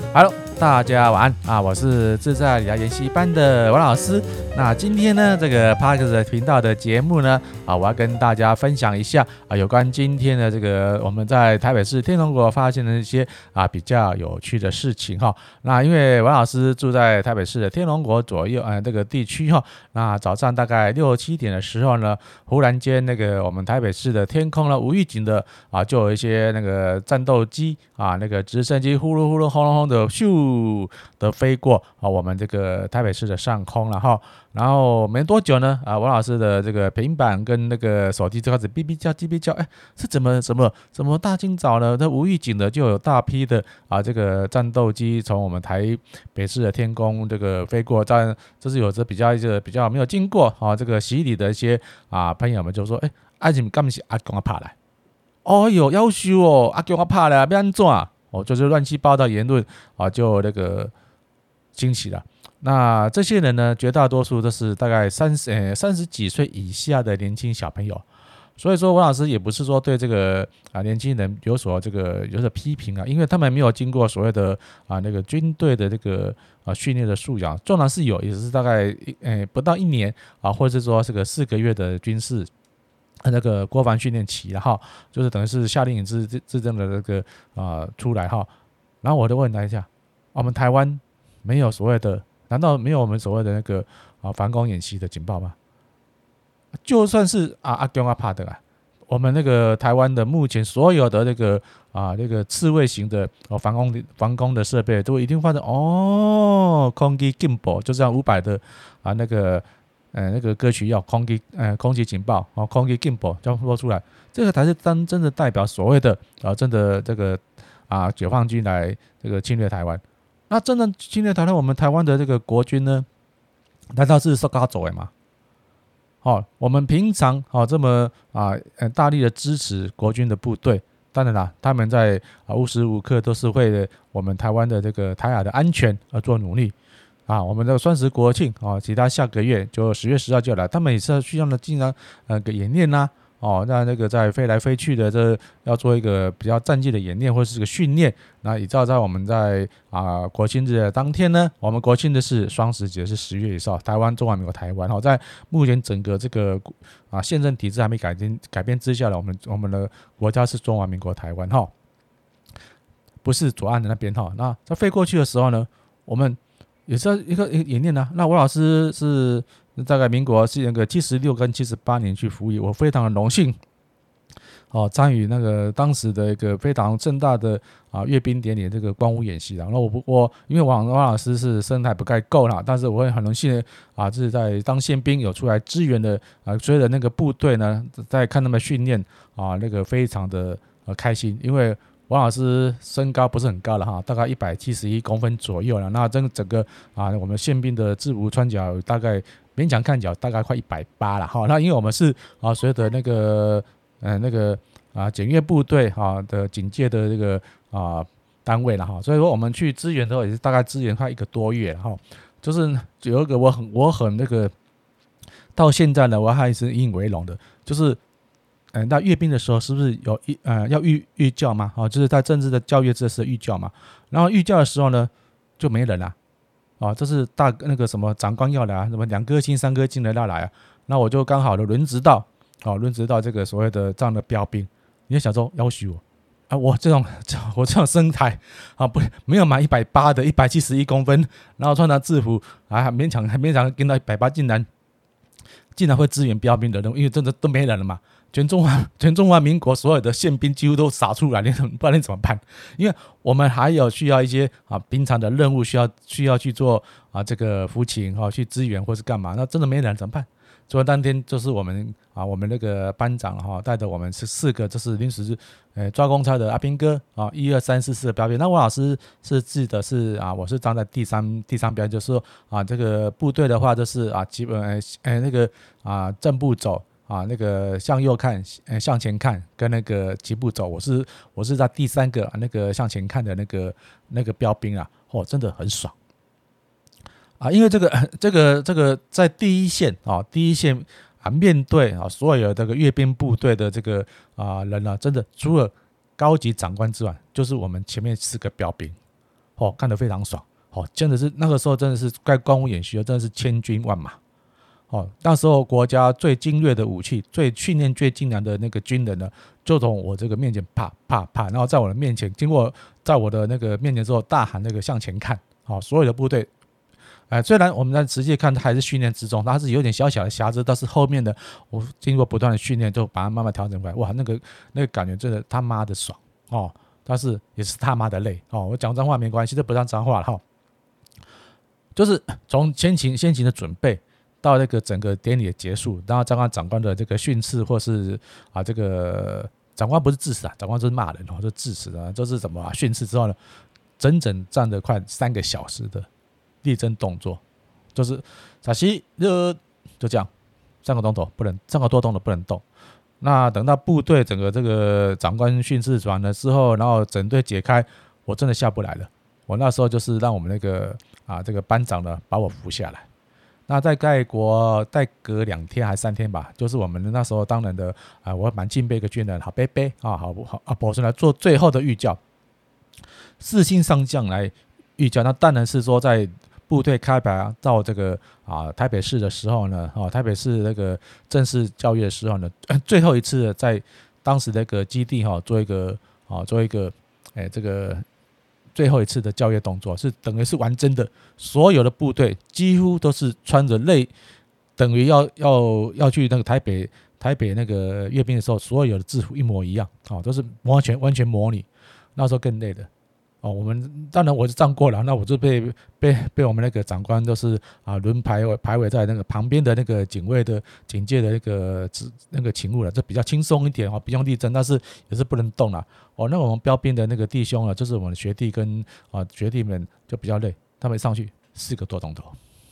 Hello，大家晚安啊！我是自在理财研习班的王老师。那今天呢，这个 Podcast 频道的节目呢，我要跟大家分享一下有关今天的这个我们在台北市天龙国发现的一些比较有趣的事情哈。那因为王老师住在台北市的天龙国左右这个地区哈，那早上大概6、7点的时候呢，忽然间那个我们台北市的天空呢，无预警的就有一些那个战斗机那个直升机呼噜呼噜轰隆轰的咻的飞过我们这个台北市的上空了哈。然后没多久呢王老师的这个平板跟那个手机就开始哔哔叫哔哔叫，是怎么大清早呢？那无预警的就有大批的这个战斗机从我们台北市的天空这个飞过，但这是有着比较没有经过这个洗礼的一些朋友们就说，你们干是阿公拍来？哦哟，要求哦，阿公拍来要安怎？就是乱七八糟言论就那个兴起了。那这些人呢，绝大多数都是大概30几岁以下的年轻小朋友，所以说王老师也不是说对这个年轻人有所批评因为他们没有经过所谓的那个军队的这个训练的素养，纵然是有，也是大概不到1年或者是说这个4个月的军事那个国防训练期了哈，就是等于是夏令营制政的那个出来哈。然后我就问他一下，我们台湾没有所谓的？难道没有我们所谓的那个防空演习的警报吗？就算是阿公怕的我们那个台湾的目前所有的那个刺猬型的防空的设备都一定放在空击警报，就像500的那个歌曲要空击警报空击警报就要说出来，这个才是真的代表所谓的真的这个解放军来这个侵略台湾。那真的侵略台湾，我们台湾的这个国军呢，难道是受他走的吗？我们平常这么大力的支持国军的部队，当然啦，他们在无时无刻都是为了我们台湾的这个台海的安全而做努力我们的30国庆其他下个月就10月10号就来，他们也是需要的经常个演练那个在飞来飞去的，这要做一个比较战绩的演练或是个训练。那依照在我们在国庆日的当天呢，我们国庆的是双十节，是10月1号，台湾中华民国台湾在目前整个这个宪政体制还没改变之下的，我们的国家是中华民国台湾不是左岸的那边那在飞过去的时候呢，我们也是一个演练那我老师是大概民国是那个76跟78年去服役，我非常的荣幸参与那个当时的一个非常盛大的阅兵典礼这个光武演习然后我因为王老师是身材不太够但是我会很荣幸的就是在当宪兵有出来支援的所以的那个部队呢，在看他们训练那个非常的开心，因为王老师身高不是很高了大概171公分左右了。那整个我们宪兵的制服穿甲大概勉强看脚大概快180了那因为我们是所有的那个检阅部队的警戒的这个单位了所以说我们去支援的时候也是大概支援快1个多月了就是有一个我很那个到现在呢，我还是引以为荣的，就是那阅兵的时候是不是有要预教嘛就是在政治的教育这是预教嘛，然后预教的时候呢就没人这是那个什么长官要来什么2颗星3颗星的要来那我就刚好的轮值到这个所谓的这样的标兵。你就想说要求我这种身材没有满180的171公分，然后穿上制服勉强跟到180，竟然会支援标兵的人，因为真的都没人了嘛。全中华民国所有的宪兵几乎都撒出来，不知道你怎么办？因为我们还有需要一些平常的任务需要去做这个服勤去支援或是干嘛，那真的没人怎么办？所以当天就是我们那个班长带着我们是4个，就是临时抓公差的阿兵哥1、2、3、4、4的标兵。那我老师是记得是我是站在第三标，就是说这个部队的话就是基本那个正步走那个向右看向前看跟那个疾步走，我是在第3个那个向前看的那个标兵真的很爽因为这个在第一线面对所有这个阅兵部队的这个人真的除了高级长官之外，就是我们前面4个标兵看得非常爽，真的是那个时候真的是该光武演习真的是千军万马。那时候国家最精锐的武器，最训练最精良的那个军人呢，就从我这个面前啪啪啪，然后在我的面前，经过在我的那个面前之后，大喊那个向前看，所有的部队，虽然我们在实际看还是训练之中，它是有点小小的瑕疵，但是后面的我经过不断的训练，就把它慢慢调整过来，哇，那个感觉真的他妈的爽但是也是他妈的累我讲脏话没关系，这不算脏话了就是从先行的准备。到那个整个典礼的结束，然后长官的这个训斥，或是这个长官不是致辞长官就是骂人就致辞就是怎么训斥之后呢，整整站了快3个小时的立正动作，就是傻西就这样3个多钟头不能动。那等到部队整个这个长官训斥完了之后，然后整队解开，我真的下不来了。我那时候就是让我们那个这个班长呢把我扶下来。那在盖国再隔2天还3天吧，就是我们那时候当然的我蛮敬佩一个军人，好贝贝好保存来做最后的御教，4星上将来御教。那当然是说在部队开排到这个台北市的时候呢，台北市那个正式教育的时候呢，最后一次在当时那个基地做一个这个。最后一次的教育动作是等于是玩真的，所有的部队几乎都是穿着等于要去那个台北那个阅兵的时候，所有的制服一模一样都是完全模拟。那时候更累的我们当然我是站过了，那我就被我们那个长官都是轮排尾在那个旁边的那个警卫的警戒的那个勤务了，这比较轻松一点不用立正，但是也是不能动了那我们标兵的那个弟兄就是我们的学弟跟学弟们就比较累，他们上去4个多钟头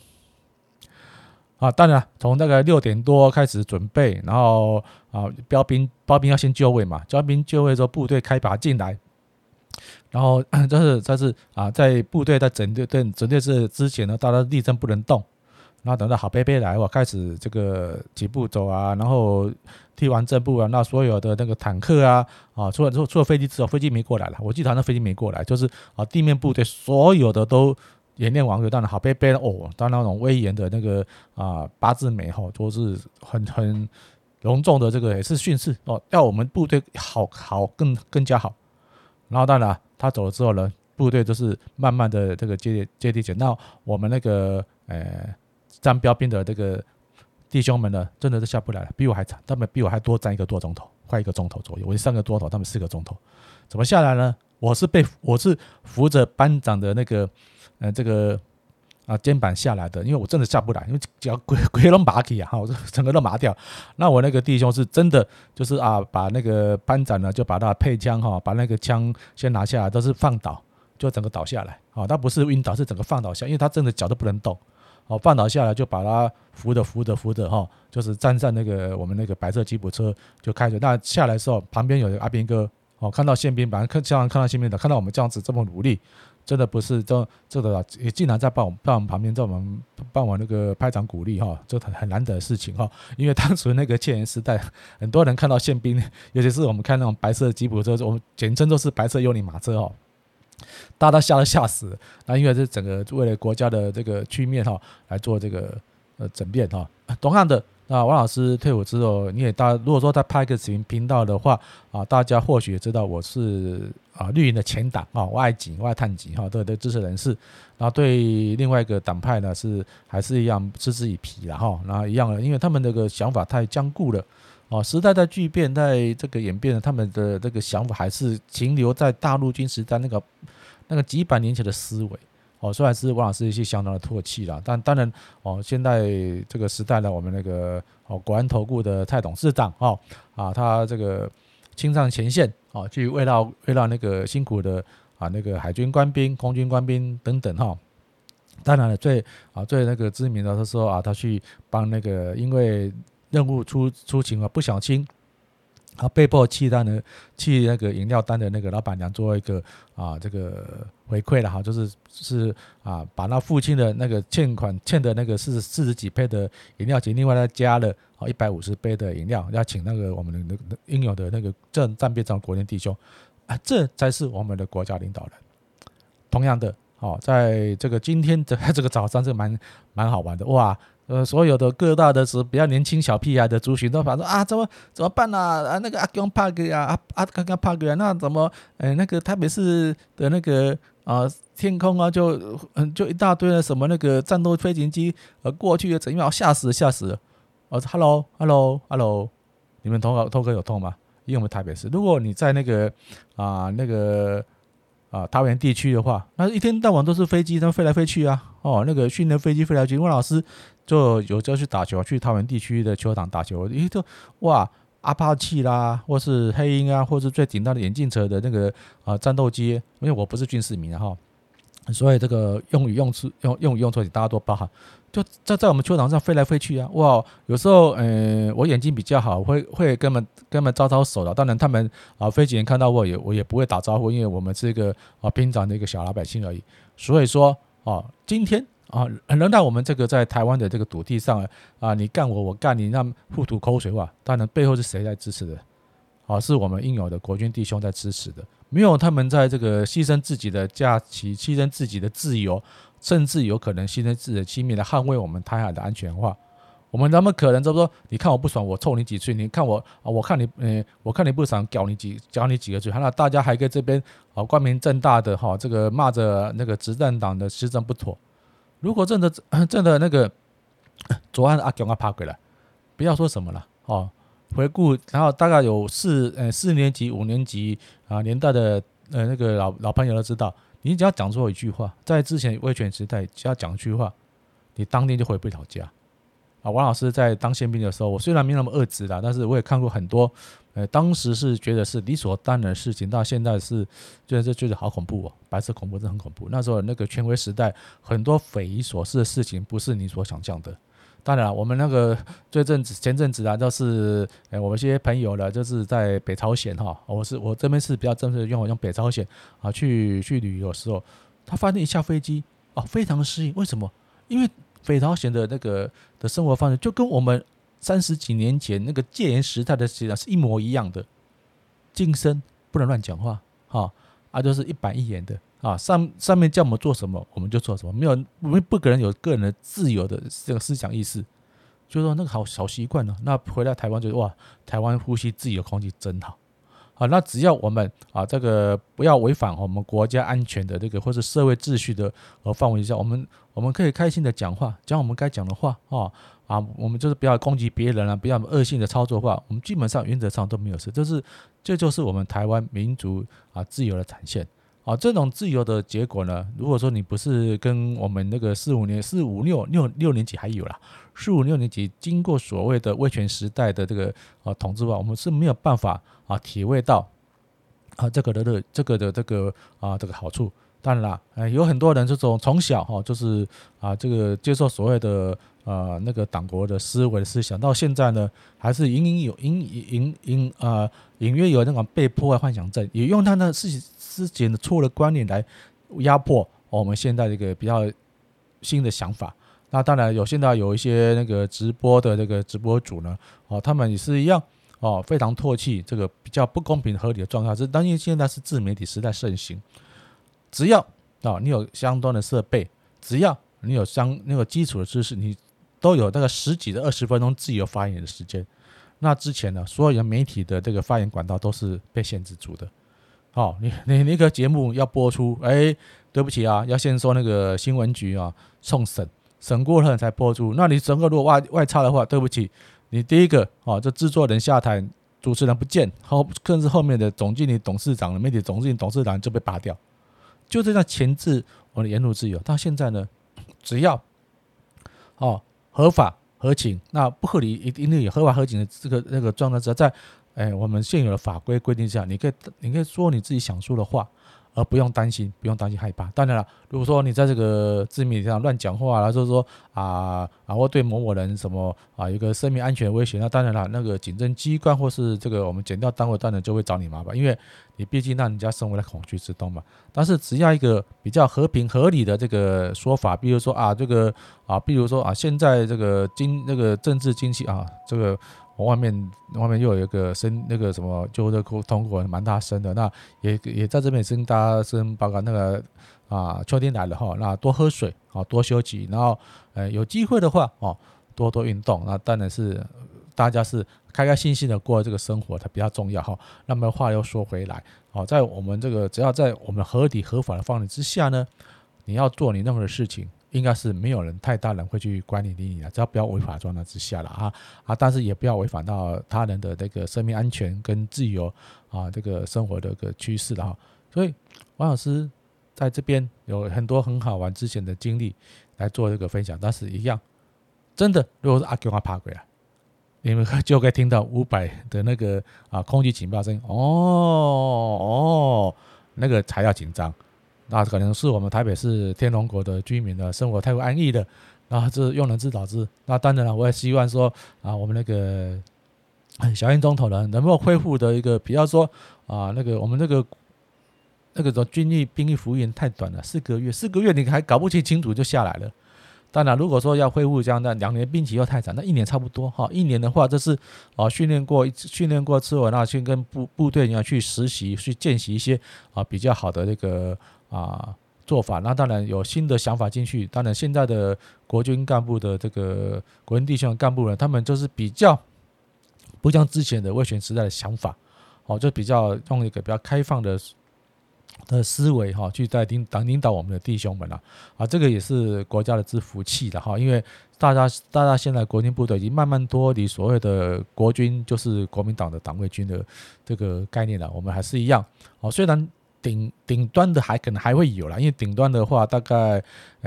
当然从大概6点多开始准备，然后标兵要先就位嘛，标兵就位之后部队开拔进来。然后这是在部队在整队之前呢，大家立正不能动。然后等到好贝贝来，我开始这个几步走然后踢完正步那所有的那个坦克除了飞机之后，飞机没过来了，我记得那飞机没过来，就是地面部队所有的都演练完，当然好贝贝当那种威严的那个八字眉都是很隆重的这个也是训示要我们部队好更加好。然后当然他走了之后呢，部队就是慢慢的这个接地减。那我们那个站标兵的这个弟兄们呢，真的是下不来了，比我还惨，他们比我还多站1个多钟头，快1个钟头左右。我3个多钟头，他们4个钟头，怎么下来呢？我是扶着班长的那个这个肩膀下来的，因为我真的下不来，因为脚鬼都麻起我整个都麻掉。那我那个弟兄是真的就是把那个班长呢就把他配枪把那个枪先拿下来，都是放倒，就整个倒下来他不是晕倒，是整个放倒下，因为他真的脚都不能动放倒下来就把他扶着就是站在那个我们那个白色吉普车就开着。那下来的时候，旁边有一个阿兵哥看到宪兵，看到宪兵的，看到我们这样子这么努力。真的不是这个也竟然在帮我们旁边，在帮我那个拍掌鼓励这很难得的事情因为当时那个戒严时代，很多人看到宪兵，尤其是我们看那种白色吉普车，我们简称都是白色幽灵马车大家都吓死了。那因为这整个为了国家的这个区面来做这个整变同样的。那王老师退伍之后，你也如果说在拍个频道的话大家或许也知道我是绿营的前党我爱警我爱探警的支持人士。然后对另外一个党派呢还是一样嗤之以鼻然后一样的，因为他们那个想法太僵固了时代在巨变，在这个演变，他们的这个想法还是停留在大陆军时代那个几百年前的思维虽然是王老师一些相当的唾弃啦，但当然现在这个时代呢，我们那个国安投顾的蔡董事长他这个亲上前线去为了那个辛苦的那个海军官兵、空军官兵等等当然了，最那个知名的是说他去帮那个因为任务出勤不小心被迫弃那个饮料单的那个老板娘做一个这个回馈了就是把那父亲的那个欠的那个40几杯的饮料钱，另外再加了150杯的饮料，要请那个我们的应有的那个战变上国年弟兄这才是我们的国家领导人。 同样的，在这个今天的这个早上是蛮好玩的哇。所有的各大的比较年轻小屁孩的族群都反正啊，怎么办啊？那个阿公帕格啊，刚刚帕格啊，那怎么那个台北市的那个天空啊，就一大堆的什么那个战斗飞行机过去怎样？吓死了！Hello，你们头壳有痛吗？因为我们台北市，如果你在那个桃园地区的话，那一天到晚都是飞机，它飞来飞去啊。那个训练飞机飞来飞去，温老师就去打球，去桃园地区的球场打球，就哇，阿帕奇啦，或是黑鹰啊，或是最顶大的眼镜蛇的那个战斗机，因为我不是军事迷哈，所以这个用语用词大家都包含。就在我们球场上飞来飞去啊，哇！有时候我眼睛比较好，会跟他们招手的。当然他们飞行员看到我也不会打招呼，因为我们是一个平常的一个小老百姓而已。所以说今天能让我们这个在台湾的这个土地上你干我干你，那互吐口水话，当然背后是谁在支持的？是我们应有的国军弟兄在支持的，没有他们在这个牺牲自己的假期，牺牲自己的自由，甚至有可能牺牲自己的性命来捍卫我们台海的安全化。我们怎么可能就说你看我不爽，我抽你几寸？你看我看你不爽，屌你几个嘴？那大家还跟这边光明正大的这个骂着那个执政党的施政不妥。如果真的那个左岸阿强阿爬回来，不要说什么了回顾，然后大概有4年级、5年级年代的那个老朋友都知道，你只要讲错一句话，在之前威权时代，只要讲一句话，你当天就回不了家。王老师在当宪兵的时候，我虽然没那么恶质啦，但是我也看过很多，当时是觉得是理所当然的事情，到现在是觉得好恐怖白色恐怖真的很恐怖。那时候那个权威时代，很多匪夷所思的事情，不是你所想象的。当然我们那个前阵子就是我们一些朋友就是在北朝鲜我这边是比较正式的用北朝鲜去旅游的时候，他发现一下飞机非常适应。为什么？因为北朝鲜的那个的生活方式就跟我们30几年前那个戒严时代的是一模一样的，晋升不能乱讲话就是一板一眼的上面叫我们做什么我们就做什么，我们不可能有个人的自由的这个思想意识，就说那个好习惯了。那回来台湾就是哇，台湾呼吸自由空气真好。那只要我们这个不要违反我们国家安全的这个或是社会秩序的范围下，我们可以开心的讲话，讲我们该讲的话我们就是不要攻击别人不要恶性的操作话，我们基本上原则上都没有事。这就是我们台湾民族自由的展现。这种自由的结果呢，如果说你不是跟我们那个4、5、6年级还有啦，4、5、6年级经过所谓的威权时代的这个统治化，我们是没有办法体会到这个好处。当然啦，有很多人这种从小就是这个接受所谓的那个党国的思维的思想，到现在呢，还是隐约有那种被破坏幻想症，也用他的之前的错的观念来压迫我们现在这个比较新的想法。那当然现在有一些那个直播的这个直播主呢，他们也是一样非常唾弃这个比较不公平合理的状态。但因为现在是自媒体时代盛行，只要你有相当的设备，只要你有那个基础的知识，你都有大概10几的20分钟自由发言的时间。那之前呢，所有的媒体的这个发言管道都是被限制住的。你那个节目要播出，对不起要先说那个新闻局送审过了才播出。那你整个如果外差的话，对不起，你第一个这制作人下台，主持人不见，甚至后面的总经理、董事长、媒体总经理、董事长就被拔掉，就这样钳制我们的言论自由。到现在呢，只要合法合情，那不合理一定有合法合情的那个状态之下，在我们现有的法规规定下，你可以说你自己想说的话，而不用担心害怕。当然了，如果说你在这个自媒体上乱讲话，然后就是说或对某人什么有一个生命安全的威胁，那当然了，那个警政机关或是这个我们检调单位当然就会找你麻烦，因为你毕竟让人家生活在恐惧之中嘛。但是只要一个比较和平合理的这个说法，比如说比如说现在这个那个政治经济这个。外面又有一个那个什么救护车通过蛮大声的，那也在这边也跟大家报告那个秋天来了那多喝水多休息，然后有机会的话多多运动，那当然是大家是开开心心的过这个生活才比较重要那么话又说回来在我们这个只要在我们合理合法的范围之下呢，你要做你任何的事情，应该是没有人太大人会去管理你的，只要不要违法状态之下了但是也不要违反到他人的这个生命安全跟自由这个生活的一个趋势了所以王老师在这边有很多很好玩之前的经历来做这个分享，但是一样真的，如果是阿公爬过来，你们就可以听到500的那个空气警报声那个才要紧张。那可能是我们台北市天龙国的居民的生活太过安逸的，然后这用人之导致。那当然了，我也希望说我们那个小英总统呢，能够恢复的一个，比方说那个我们那个军役兵役服役太短了，4个月你还搞不清楚就下来了。当然，如果说要恢复这样，那2年兵期又太长，那1年差不多1年的话，这是训练过之后，那去跟部队你要去实习，去见习一些比较好的那个做法。那当然有新的想法进去。当然，现在的国军干部的这个国军弟兄的干部呢，他们就是比较不像之前的威权时代的想法，就比较用一个比较开放的思维去在领导我们的弟兄们这个也是国家的之福气的因为大家现在国军部队已经慢慢脱离所谓的国军就是国民党的党卫军的这个概念了，我们还是一样虽然顶端的可能还会有啦，因为顶端的话大概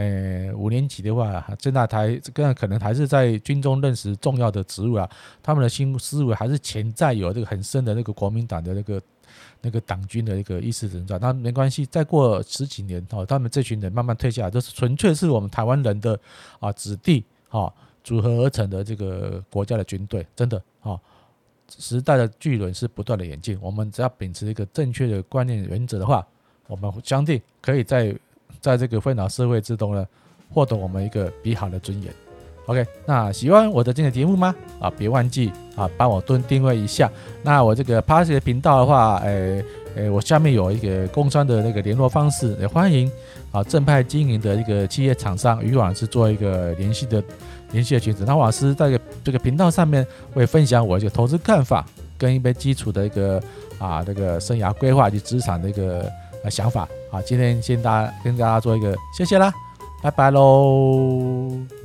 5年级的话，现在可能还是在军中任职重要的职务他们的新思维还是潜在有这个很深的那个国民党的那个党军的一个意识存在。那没关系，再过10几年他们这群人慢慢退下来，就是纯粹是我们台湾人的子弟组合而成的这个国家的军队，真的时代的巨轮是不断的演进，我们只要秉持一个正确的观念原则的话，我们相信可以在这个纷扰社会之中呢，获得我们一个比好的尊严。OK， 那喜欢我的今天的节目吗？别忘记帮我订阅一下。那我这个 Podcast 频道的话，我下面有一个工商的那个联络方式，也欢迎正派经营的一个企业厂商与我老师做一个联系的群组。那我老师在这个频道上面会分享我一个投资看法，跟一杯基础的一个这个生涯规划及资产的一个想法。今天先跟大家做一个谢谢啦，拜拜喽。